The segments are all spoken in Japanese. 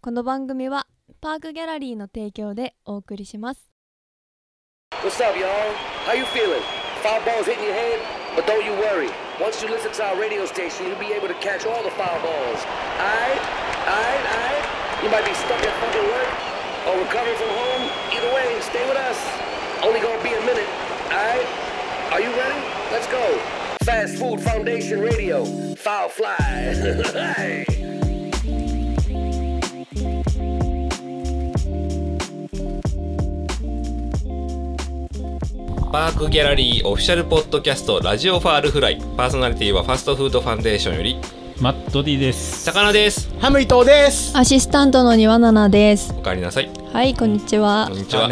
この番組はパークギャラリーの提供でお送りします。 What's up, y'all? How you feeling? Foul balls hitting your head? But don't you worry. Once you listen to our radio station, you'll be able to catch all the foul balls. Alright? You might be stuck at fucking work or recovering from home. Either way, stay with us. Only gonna be a minute. Alright? Are you ready? Let's go. Fast Food Foundation Radio. Foul fly. Hey. パークギャラリーオフィシャルポッドキャストラジオファールフライ。パーソナリティはファストフードファンデーションよりマット D です。 魚です。 ハム伊藤です。 アシスタントの庭菜です。 おかえりなさい。 はい、こんにちは。 こんにちは。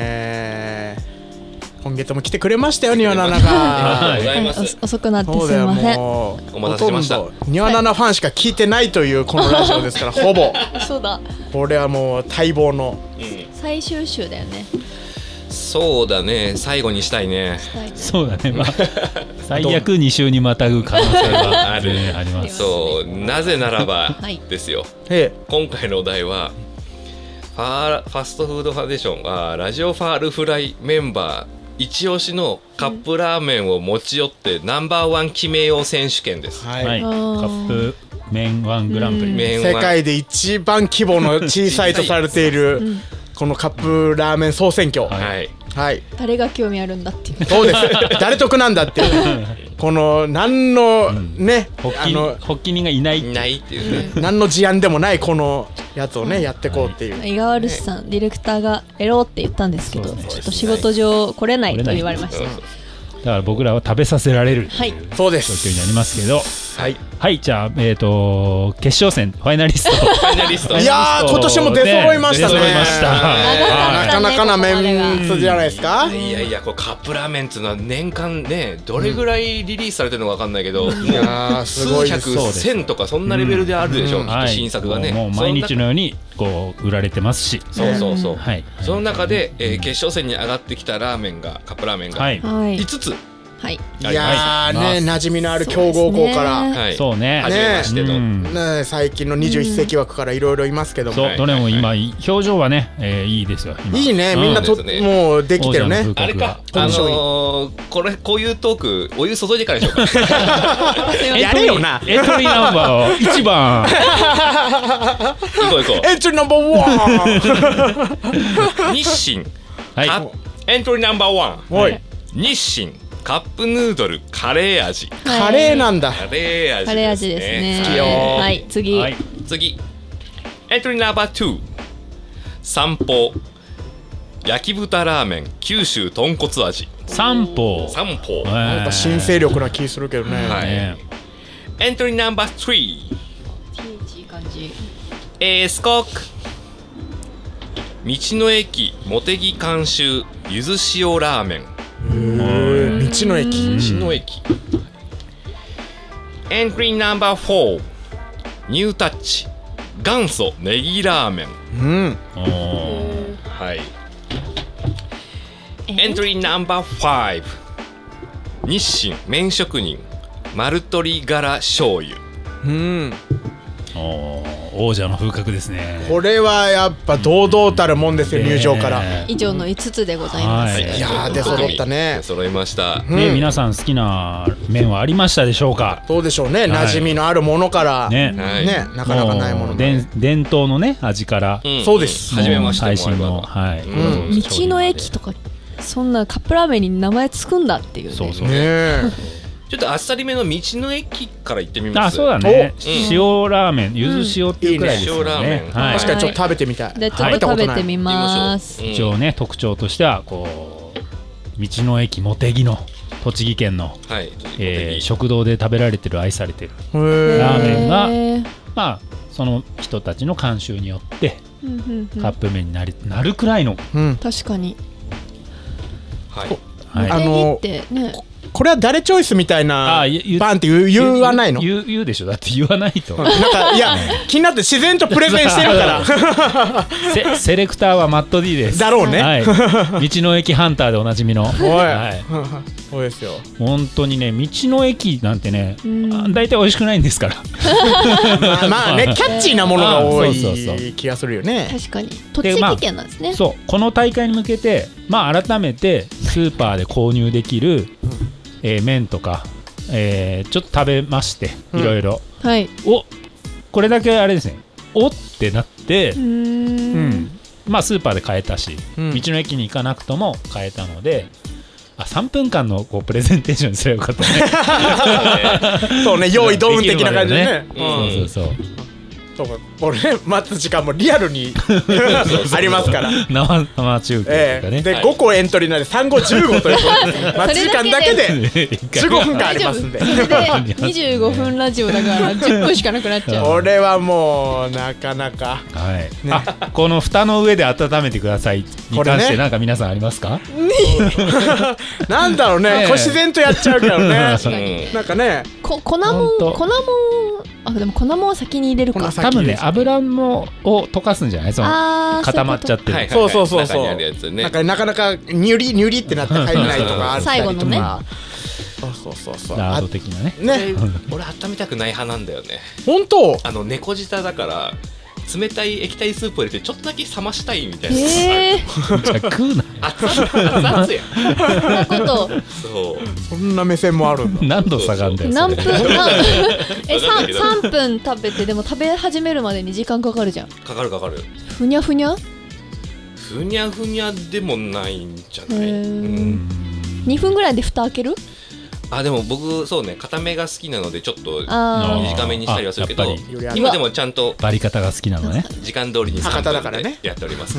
今月も来てくれましたよ、庭菜が。 遅くなってすみません。 お待たせしました。 庭菜ファンしか聞いてないというこのラジオですからほぼそうだ。 これはもう待望の、 最終週だよね。 そうだね、最後にしたいね。 そうだね、まあ、最悪2週にまたぐ可能性はあります。 そう、なぜならばですよ、今回のお題はファストフードファンデーションはラジオファールフライメンバー一押しのカップラーメンを持ち寄ってナンバーワン決めよう選手権です。 はい、カップ麺ワングランプリ、 世界で一番規模の小さいとされているこのカップラーメン総選挙、はい、 誰が興味あるんだっていう。 そうです誰得なんだっていうこの何のね、 発起人がいないっていうね、 何の事案でもないこのやつをねやっていこうっていう。 井川ルシさん、ディレクターがやろうって言ったんですけど、ちょっと仕事上来れないと言われました。 だから僕らは食べさせられるそうです状況になりますけど、はい、じゃあ決勝戦ファイナリストいやー今年も出揃いましたね。なかなかなメンツじゃないですか。 いやこれカップラーメンっていうのは年間ねどれぐらいリリースされてるのか分かんないけど、もう数百1000とかそんなレベルであるでしょ、きっと新作がね。 もう毎日のようにこう売られてますし、 そう、その中で決勝戦に上がってきたラーメンがカップラーメンが5つ、 いやーね、馴染みのある強豪校から、 そうね、 初めましての最近の21世紀枠からいろいろいますけども、 どれも今表情はねいいですよ。 いいね、みんなもうできてるね。 あれか、こういうトークお湯注いでからでしょうか。 やれよな。 エントリーナンバー1番行こうエントリーナンバー1 日清エントリーナンバー1日清カップヌードルカレー味。 カレーなんだ。 カレー味ですね。 好きよ。 はい、次エントリーナンバー2三宝焼き豚ラーメン九州豚骨味。 三宝なんか新勢力な気するけどね。 エントリーナンバー3エースコック道の駅茂木監修ゆず塩ラーメン。 道の駅エントリーナンバー4ニュータッチ元祖ネギラーメン。エントリーナンバー5日清麺職人丸鶏ガラ醤油。 王者の風格ですね。 これはやっぱ堂々たるもんですよ、入場から。 以上の5つでございます。 いやー出揃ったね。 出揃いました。 皆さん好きな麺はありましたでしょうか。 どうでしょうね、馴染みのあるものからね、なかなかないもの。 伝統のね味から。 そうです。 初めまして。 最新の道の駅とかそんなカップラーメンに名前つくんだっていうね。 そうちょっとあっさりめの道の駅から行ってみます。 そうだね。塩ラーメン、ゆず塩っていうくらいですよね。 確かにちょっと食べてみたい。 じゃあちょっと食べてみます。 一応ね、特徴としてはこう道の駅茂木の栃木県の食堂で食べられてる愛されてるラーメンが、まあその人たちの監修によってカップ麺になるくらいの。 確かに。 茂木ってね。 これは誰チョイスみたいなバンって言わないの？ 言うでしょ。だって言わないとなんかいや気になって自然とプレゼンしてるからセレクターはマット D です。 だろうね、 はい、道の駅ハンターでおなじみのはい、そうですよ。 本当にね、道の駅なんてね、大体美味しくないんですからまあね、キャッチーなものが多い気がするよね。 確かに栃木県なんですね。 そう、この大会に向けて、まあ、改めてスーパーで購入できる麺とか、ちょっと食べましていろいろ、 はい、 これだけあれですね、おってなって、まあスーパーで買えたし、道の駅に行かなくとも買えたので、3分間のこうプレゼンテーションにすればよかったねそうね、用意ドン的な感じでね。 そうそうか、これね、待つ時間もリアルにありますから生中継とかね、 で5個エントリーなんで3号15ということで待ち時間だけで15分間ありますんで、 それで25分ラジオだから10分しかなくなっちゃう。 これはもうなかなか、 はいね、この蓋の上で温めてくださいに関して何か皆さんありますか？ なんだろうね、これ自然とやっちゃうからねなんかね、 粉もんでも粉もんを先に入れるか。 多分ね、油もを溶かすんじゃない？その固まっちゃってる。 そうなんかなかなかニュリってなって入らないとかあったりとか、最後のね、そうラード的なね。 俺温めたくない派なんだよね。 本当？ 猫舌だから冷たい液体スープを入れてちょっとだけ冷ましたいみたいな。 じゃあ食うなよ。 熱々や。 そんなこと。 そんな目線もあるんだ。 何度下がるんだよ。 何分？3分食べて、でも食べ始めるまでに時間かかるじゃん。 かかる。 ふにゃふにゃでもないんじゃない ？2分ぐらいで蓋開ける？ でも僕そうね、固めが好きなのでちょっと短めにしたりはするけど、今でもちゃんとバリ方が好きなのね。 時間通りに3分でやっておりますから。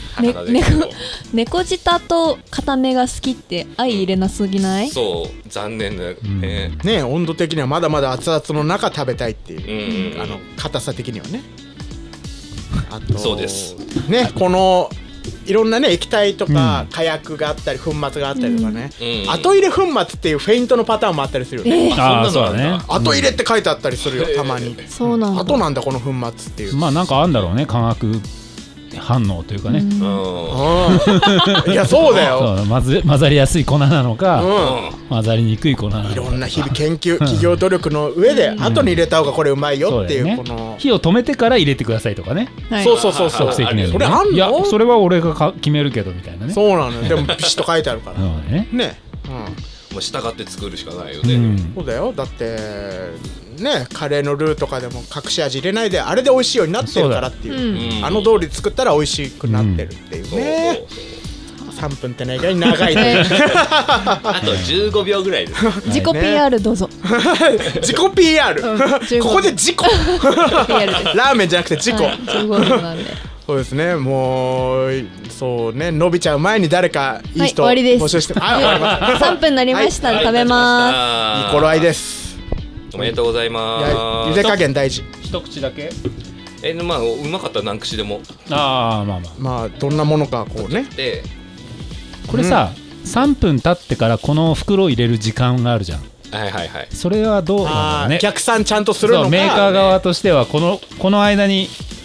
猫舌と固めが好きって相入れなすぎない？ そう残念だね。 温度的にはまだまだ熱々の中食べたいっていう、硬さ的にはね。 そうですね、このいろんなね液体とか火薬があったり粉末があったりとかね、後入れ粉末っていうフェイントのパターンもあったりするよね。 そうだね。 後入れって書いてあったりするよ、たまに。 そうなんだ。 後なんだこの粉末っていう。 まあなんかあんだろうね、化学反応というかね。 いやそうだよ。 混ざりやすい粉なのか、混ざりにくい粉なのか。 いろんな日々研究企業努力の上で後に入れた方がこれうまいよっていう、この火を止めてから入れてくださいとかね。 そう即席麺。 それあんの？ いやそれは俺が決めるけどみたいなね。 そうなのよ。でもビシッと書いてあるからね。 もう従って作るしかないよね。 そうだよ。だってね、カレーのルーとかでも隠し味入れないであれで美味しいようになってるからっていう、通り作ったら美味しくなってるっていうね。3分ってね、意外に長いね。 あと15秒ぐらいです。 自己 PR どうぞ。 自己 PR。ここで自己。ラーメンじゃなくて自己。 15秒なんで。 そうですね、もうそうね、伸びちゃう前に誰かいい人募集して、 3分になりました。食べます。 いい頃合いです。 おめでとうございます。 茹で加減大事。 一口だけ？ まあうまかったら何口でも。 まあどんなものかこうね。 これさ、3分経ってからこの袋を入れる時間があるじゃん。それはどうなんだろうね。 逆算ちゃんとするのか。 メーカー側としてはこの間に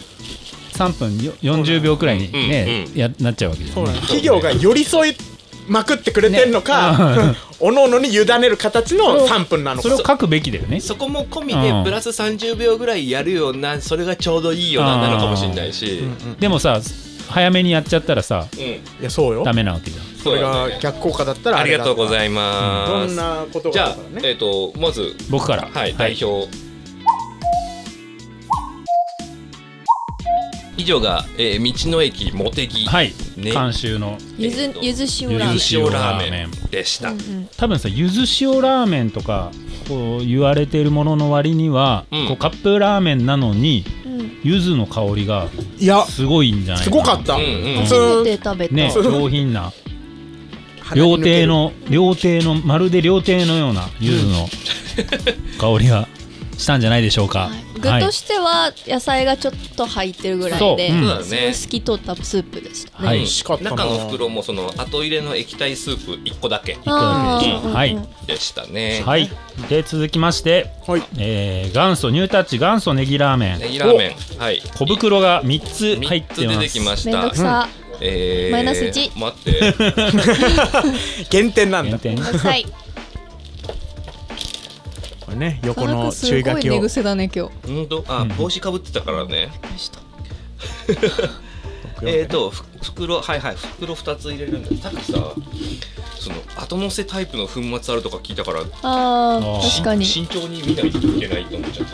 3分40秒くらいにねなっちゃうわけですね。 企業が寄り添いまくってくれてるのか、おのおのに委ねる形の3分なのか。 それを書くべきだよね。 そこも込みでプラス30秒ぐらいやるような、それがちょうどいいよなのかもしれないし、 でもさ早めにやっちゃったらさ、 いやそうよ、 ダメなわけじゃん。 それが逆効果だったらありがとうございます。 どんなことがあるからね。 じゃあまず僕から代表。以上が、道の駅もてぎ、 監修のゆず塩ラーメンでした。 多分さ、ゆず塩ラーメンとかこう言われているものの割には、こうカップラーメンなのに、ゆずの香りがすごいんじゃないかな。 すごかった。 初めて食べた。 ね、上品な料亭のまるで料亭のようなゆずの香りがしたんじゃないでしょうか。 具としては野菜がちょっと入ってるぐらいで、透き通ったスープでしたね。 はい、中の袋もその後入れの液体スープ1個だけでしたね。 はい。で続きまして、元祖ニュータッチ元祖ネギラーメン。 ネギラーメン、はい。 小袋が3つ入ってます。 出てきました。 めんどくさ。マイナス1。 待って。 減点なんだ。 はい。 これね、横の注意書きを。すごい寝癖だね今日。 帽子かぶってたからね。袋袋2つ入れるんだ。さっきさ、その後乗せタイプの粉末あるとか聞いたから、 確かに慎重に見ないといけないと思っちゃった。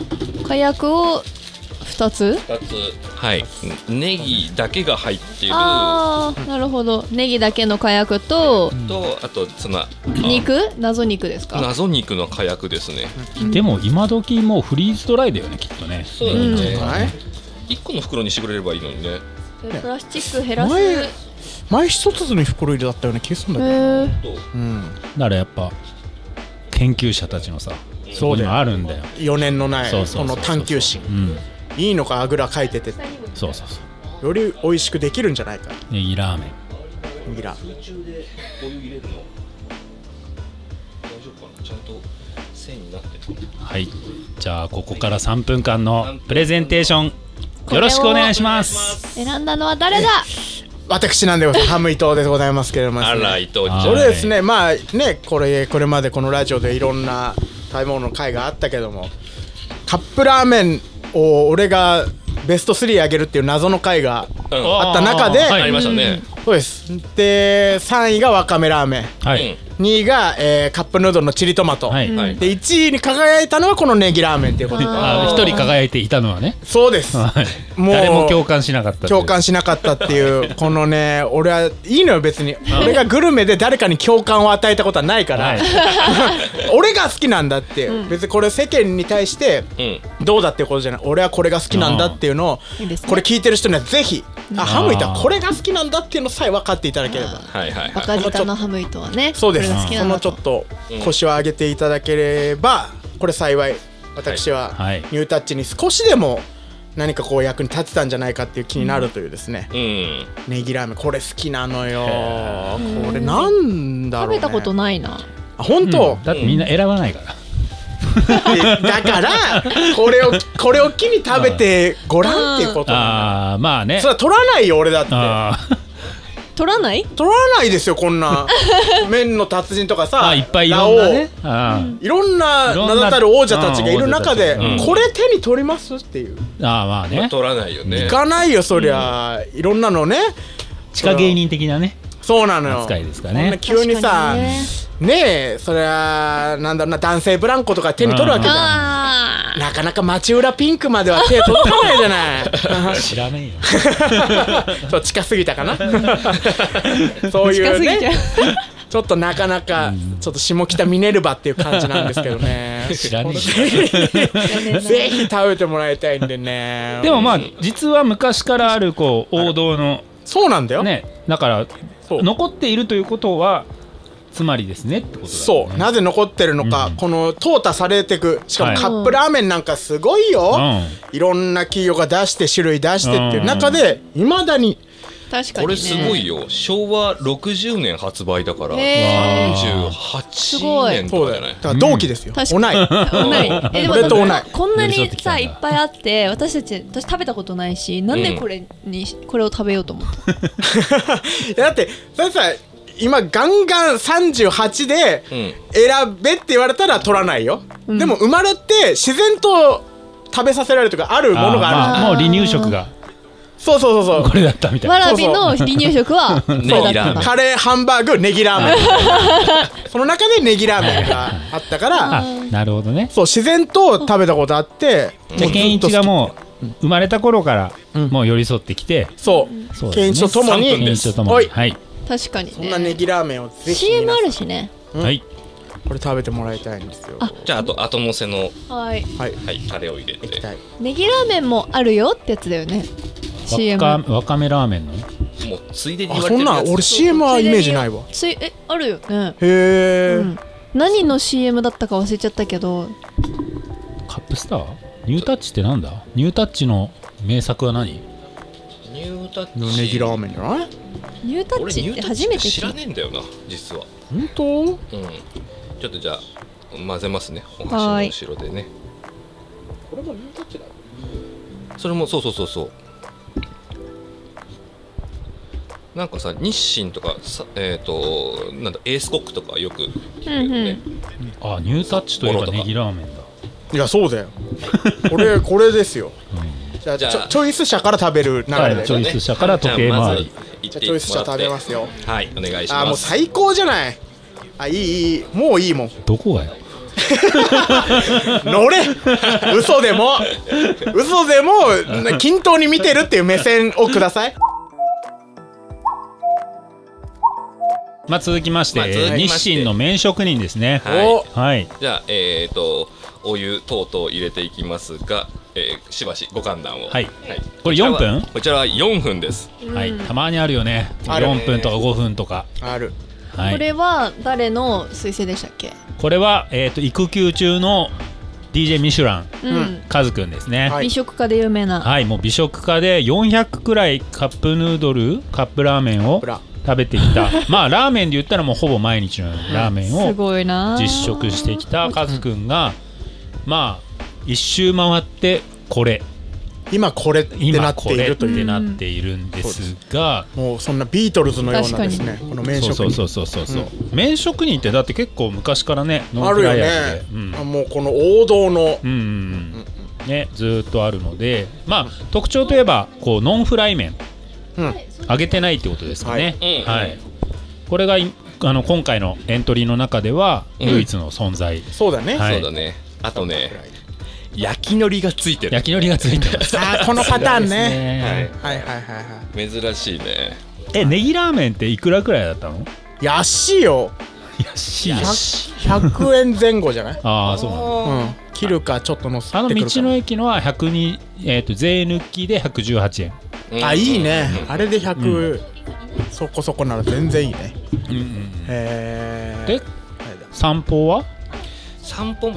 火薬を2つ、 はい、ネギだけが入っている。 なるほど。ネギだけの火薬とあとその謎肉ですか。 謎肉の火薬ですね。 でも今時もうフリーズドライだよね、きっとね。 そうだね。1個の袋にしてくれればいいのにね。 プラスチック減らす。 前一つの袋入れだったような気がするんだけど。だからやっぱ研究者たちのさ、そういうのあるんだよ。 4年のないその探求心。いいのかあぐらかいてて。 そうより美味しくできるんじゃないか。 ネギラーメン。 ネギラーメン。 空中でお湯入れるの大丈夫かな。ちゃんと線になってる。 はい。じゃあここから3分間のプレゼンテーションよろしくお願いします。 選んだのは誰だ。 私なんでございます。ハム伊藤でございますけれども、 あら伊藤ちゃん。 俺ですね、まあね、これまでこのラジオでいろんな食べ物の回があったけども、カップラーメンを俺がベスト3上げるっていう謎の回があった中で、 ありましたね。 そうです。で3位がわかめラーメン、2位が、カップヌードルのチリトマト、で1位に輝いたのはこのネギラーメンっていうことで、 1人輝いていたのはね。 そうです。 もう誰も共感しなかったっていうこのね、俺はいいのよ別に。俺がグルメで誰かに共感を与えたことはないから、俺が好きなんだっていう、別にこれ世間に対してどうだっていうことじゃない。俺はこれが好きなんだっていうのをこれ聞いてる人にはぜひ、ハムイトはこれが好きなんだっていうのさえ分かっていただければ。 赤舌のハムイトはね。 そうです。そのちょっと腰を上げていただければこれ幸い。私はニュータッチに少しでも何かこう役に立てたんじゃないかっていう気になるというですね、ネギラーメンこれ好きなのよ。これなんだろうね。 食べたことないな。 本当、 だってみんな選ばないからだからこれを機に食べてごらんっていうことなんだ。 まあね、 それは取らないよ俺だって。 取らないですよこんな麺の達人とかさ、 いっぱいいろんなね、 いろんな名だたる王者たちがいる中でこれ手に取りますっていう。 まあね、 取らないよね。 いかないよそりゃ。いろんなのね、 地下芸人的なね、 そうなのよ。 扱いですかね。 急にさねえ、それはなんだろうな、男性ブランコとか手に取るわけじゃん。なかなか町浦ピンクまでは手届かないじゃない。 知らねえよ。 そう近すぎたかな。そういうね、ちょっとなかなかちょっと下北ミネルヴァっていう感じなんですけどね。 知らねえ。ぜひ食べてもらいたいんでね。 でもまあ実は昔からあるこう王道の、 そうなんだよね。だから残っているということはつまりですねってことだよね。 そう、なぜ残ってるのか、この淘汰されていく、しかもカップラーメンなんかすごいよ、いろんな企業が出して種類出してっていう中でいまだに確かに、ね、 これすごいよ。昭和60年発売だから38年とかじゃない。 だから同期ですよ。同い。 でもこんなにさいっぱいあって、私食べたことないし、なんでこれを食べようと思った。 だってそれさ、今ガンガン38で選べって言われたら取らないよ、でも生まれて自然と食べさせられるとかあるものがある。 もう離乳食がそうこれだったみたいな。 わらびの離乳食はネギラーメン、 カレーハンバーグネギラーメンその中でネギラーメンがあったからなるほどね。 そう自然と食べたことあって、 じゃあ健一がもう生まれた頃からもう寄り添ってきて、 そう健一とともに、 はい、 確かにね。 そんなネギラーメンをぜひ CM あるしね、 はい、 これ食べてもらいたいんですよ。 じゃあ後乗せのはいタレを入れて、 ネギラーメンもあるよってやつだよね。CM わかめラーメンのもうついでに言われてるやつ。 そんな俺 CM はイメージないわ。 あるよね。 へえ、 何の CM だったか忘れちゃったけど、 プスター？ニュータッチってなんだ？ニュータッチの名作は何？ ニュータッチネギラーメンじゃない？ ニュータッチって初めて知らねえんだよな実は。 本当？ うん。ちょっとじゃあ混ぜますね。お箸の後ろでね。これもニュータッチだ。それもそう。なんかさ日清とかさなんだエースコックとかよく聞くよね。 あ、ニュータッチといえばネギラーメンだ。 いやそうだよ。これですよ。じゃあチョイス社から食べる流れで、 チョイス社から時計回り。 じゃあチョイス社食べますよ。 はい、お願いします。 もう最高じゃない。いいもういいもん。 どこがよ。 乗れ。嘘でも均等に見てるっていう目線をください。 続きまして、日清の麺職人ですね。 はい。じゃあお湯等々入れていきますが、しばしご歓談を。はい。 これ4分？ こちらは4分です。 はい。たまにあるよね。4分とか5分とか。 ある。 これは誰の推薦でしたっけ？ これは育休中の DJ ミシュランカズくんですね。 美食家で有名な。 はい。もう美食家で400くらいカップヌードル、カップラーメンを食べてきた。まあラーメンで言ったらもうほぼ毎日のラーメンを実食してきたカズくんが、まあ一周回って今これってなっているという、 なっているんですが、 もうそんなビートルズのようなですね、この麺職人。 そう麺職人ってだって結構昔からねノンフライヤーで、もうこの王道のねずっとあるので、まあ特徴といえばこうノンフライ麺、揚げてないってことですかね。はい。これが今回のエントリーの中では唯一の存在。 そうだね。 そうだね。あとね、焼き海苔がついてる。 焼き海苔がついてます。 このパターンね。はい。 珍しいね。 ネギラーメンっていくらくらいだったの？ 安いよ。 安い。 100円前後じゃない？ ああ、そうなの。 切るかちょっと乗せてくるか。 道の駅のは102税抜きで118円。 いいね。あれで100そこそこなら全然いいね。 で散歩は散歩も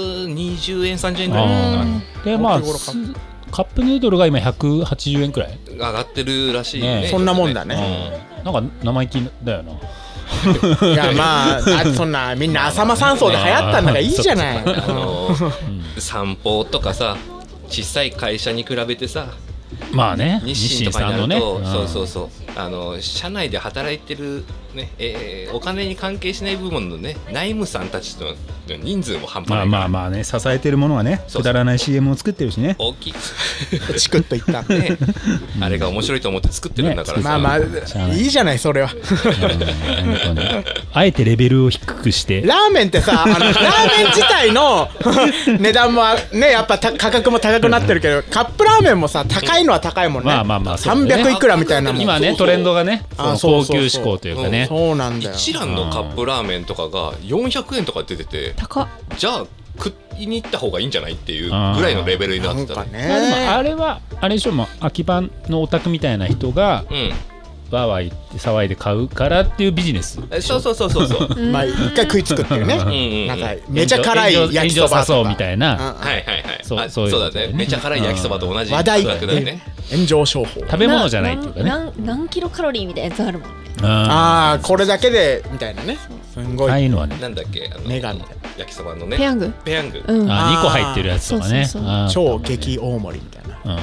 120円30円ぐらいで、まあカップヌードルが今180円くらい上がってるらしいね。 そんなもんだね。 なんか生意気だよな。 いやまあそんなみんな浅間山荘で流行ったんだからいいじゃない。 散歩とかさ、小さい会社に比べてさ、 まあね、 日清とかになると、そう社内で働いてるね、お金に関係しない部門のね内務さんたちの人数も半端ない。 まあね、支えてるものはね、くだらない CM を作ってるしね。 大きくチクッといったね。 あれが面白いと思って作ってるんだからさ。 まあいいじゃないそれは。 あえてレベルを低くして。 ラーメンってさ、ラーメン自体の値段もねやっぱ価格も高くなってるけど、カップラーメンもさ高いのは高いもんね。 まあ 300いくらみたいなもん。 今ねトレンドがね、高級志向というかね。 そうなんだよ。 一蘭のカップラーメンとかが400円とか出てて、じゃあ食いに行った方がいいんじゃないっていうぐらいのレベルになってたね。 あれはあれでしょ、もう秋葉のお宅みたいな人がバーワー行って騒いで買うからっていうビジネス。 そうまあ一回食いつくっていうね。なんかめちゃ辛い焼きそばとかみたいな。 そうだね。めちゃ辛い焼きそばと同じ話題だね。炎上商法。 食べ物じゃないっていうかね。 何キロカロリーみたいなやつあるもんね。 これだけでみたいなね。すごい。 ああいうのはね。 なんだっけ、 メガみたいな焼きそばのね。 ペヤング。 2個入ってるやつとかね。 超激大盛りみたいな。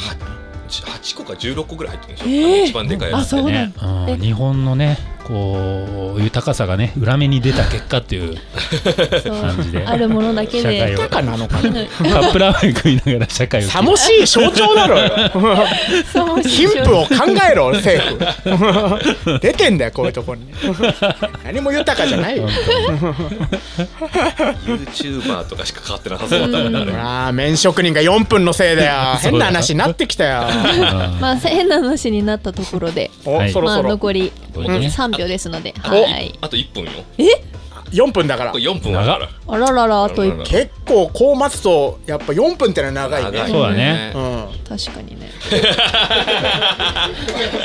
8個か16個ぐらい入ってるでしょ。一番でかいやつね。 日本のねこう豊かさがね裏目に出た結果っていう感じで、 あるものだけで豊かなのかな。 カップラーメン食いながら社会をさもしい象徴だろよ。貧富を考えろ政府。出てんだよこういうところに。何も豊かじゃないよ。 YouTuber とかしか変わってなさそうだったんだね。 ラーメン職人が4分のせいだよ。変な話になってきたよ。 まあ変な話になったところで、 そろそろ残り3秒ですので、 あと1分よ。 4分だから。 4分だから。 あららら、あと1分。 結構こう待つとやっぱ4分ってのは長いね。 そうだね。 確かにね。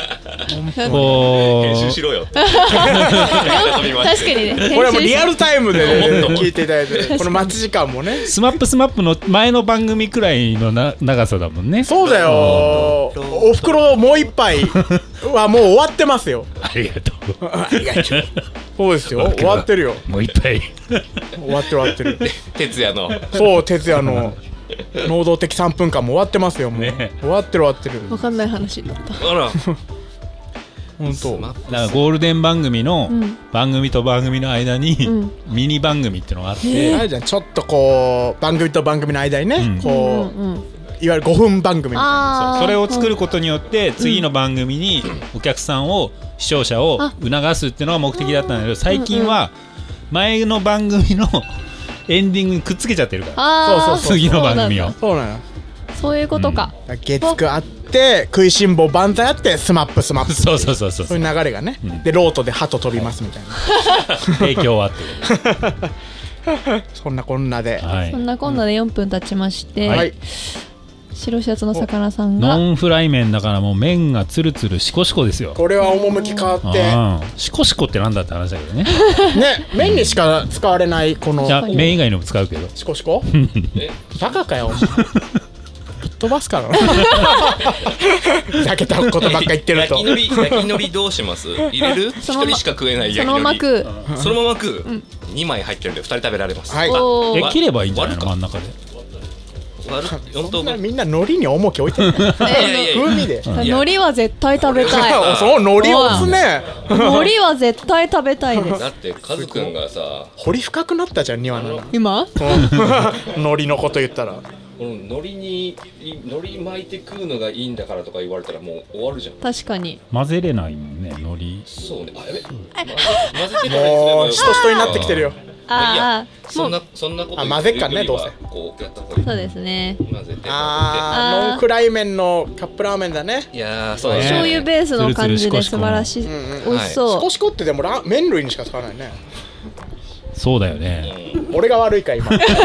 こう編集しろよって確かにねこれはもうリアルタイムで聞いていただいてこの待ち時間もねスマップの前の番組くらいの長さだもんね。 そうだよ。おふくろもう一杯はもう終わってますよ。 ありがとう。 ありがとう。そうですよ。終わってるよ。 もう一杯終わってる。 哲也のそう哲也の能動的3分間も終わってますよ。もう、ね、終わってる分かんない話になった。 あら本当。 だからゴールデン番組の番組と番組の間にミニ番組ってのがあって、 あれじゃんちょっとこう番組と番組の間にね、こう、いわゆる5分番組みたいな、 それを作ることによって次の番組にお客さんを視聴者を促すっていうのが目的だったんだけど、最近は前の番組のエンディングにくっつけちゃってるから、そう次の番組を。 そうなの。 そういうことか。 月9あって食いしん坊万歳あってスマップそういう流れがね、でロートで鳩飛びますみたいな提供はってそんなこんなでそんなこんなで4分経ちまして、白シャツの魚さんがノンフライ麺だからもう麺がツルツルシコシコですよ。 これは趣変わってシコシコってなんだって話だけどねね、麺にしか使われないこの麺以外にも使うけどシコシコバカかよぶっ飛ばすからなふざけたことばっか言ってると焼き海苔どうします？入れる？一人しか食えない焼き海苔そのまま食う2枚入ってるんで2人食べられます。 切ればいいんじゃないの真ん中で。 そんなみんな海苔に重き置いてる風味で海苔は絶対食べたいそう海苔をすね海苔は絶対食べたいです。 だってカズくんがさ掘り深くなったじゃん庭の今海苔のこと言ったら海苔巻いて食うのがいいんだからとか言われたらもう終わるじゃん。 確かに混ぜれないもんね海苔。 そうね。混ぜてもうしとしとになってきてるよ。 そんなこと混ぜっかねどうせこうやった方がいい。 そうですね。 混ぜてノンフライ麺のカップラーメンだね。 いやそうね。 醤油ベースの感じで素晴らしい。美味しそう。 シコシコってでも麺類にしか使わないね。 そうだよね。 俺が悪いか今。ちょっと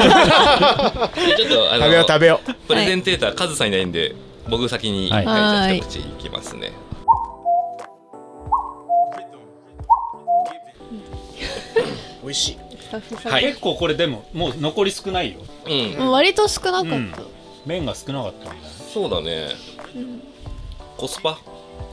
食べよう。 プレゼンテーターカズさんいないんで僕先にじゃあ一口いきますね。 美味しい。 結構これでももう残り少ないよ。 割と少なかった。 麺が少なかったんだ。 そうだね。コスパ。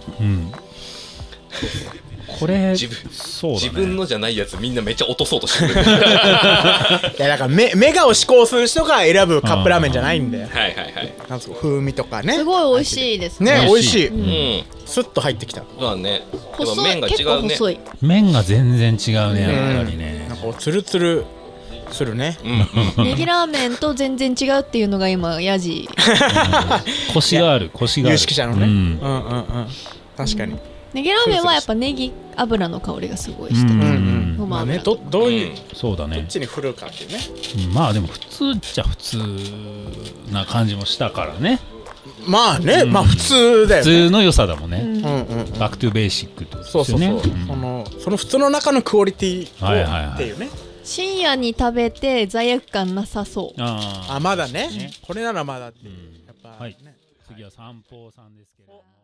これ自分のじゃないやつみんなめっちゃ落とそうとしてる。いやだからメガを試行する人が選ぶカップラーメンじゃないんで。なんすか風味とかね。 すごい美味しいですね。美味しい。スッと入ってきた。 そうだね。 麺が違うね。 麺が全然違うねやっぱりね。 なんかツルツルするね。 ネギラーメンと全然違うっていうのが今ヤジ。 コシがある有識者のね。確かに。 ネギラーメンはやっぱネギ油の香りがすごいしてまあねどういうそうだねどっちに振るかっていうね。 まあでも普通っちゃ普通な感じもしたからね。 まあねまあ普通だよね。 普通の良さだもんね。バックトゥベーシックってことですよね。 その普通の中のクオリティっていうね。 深夜に食べて罪悪感なさそう。 まだねこれならまだっていう。やっぱ次は散歩さんですけど。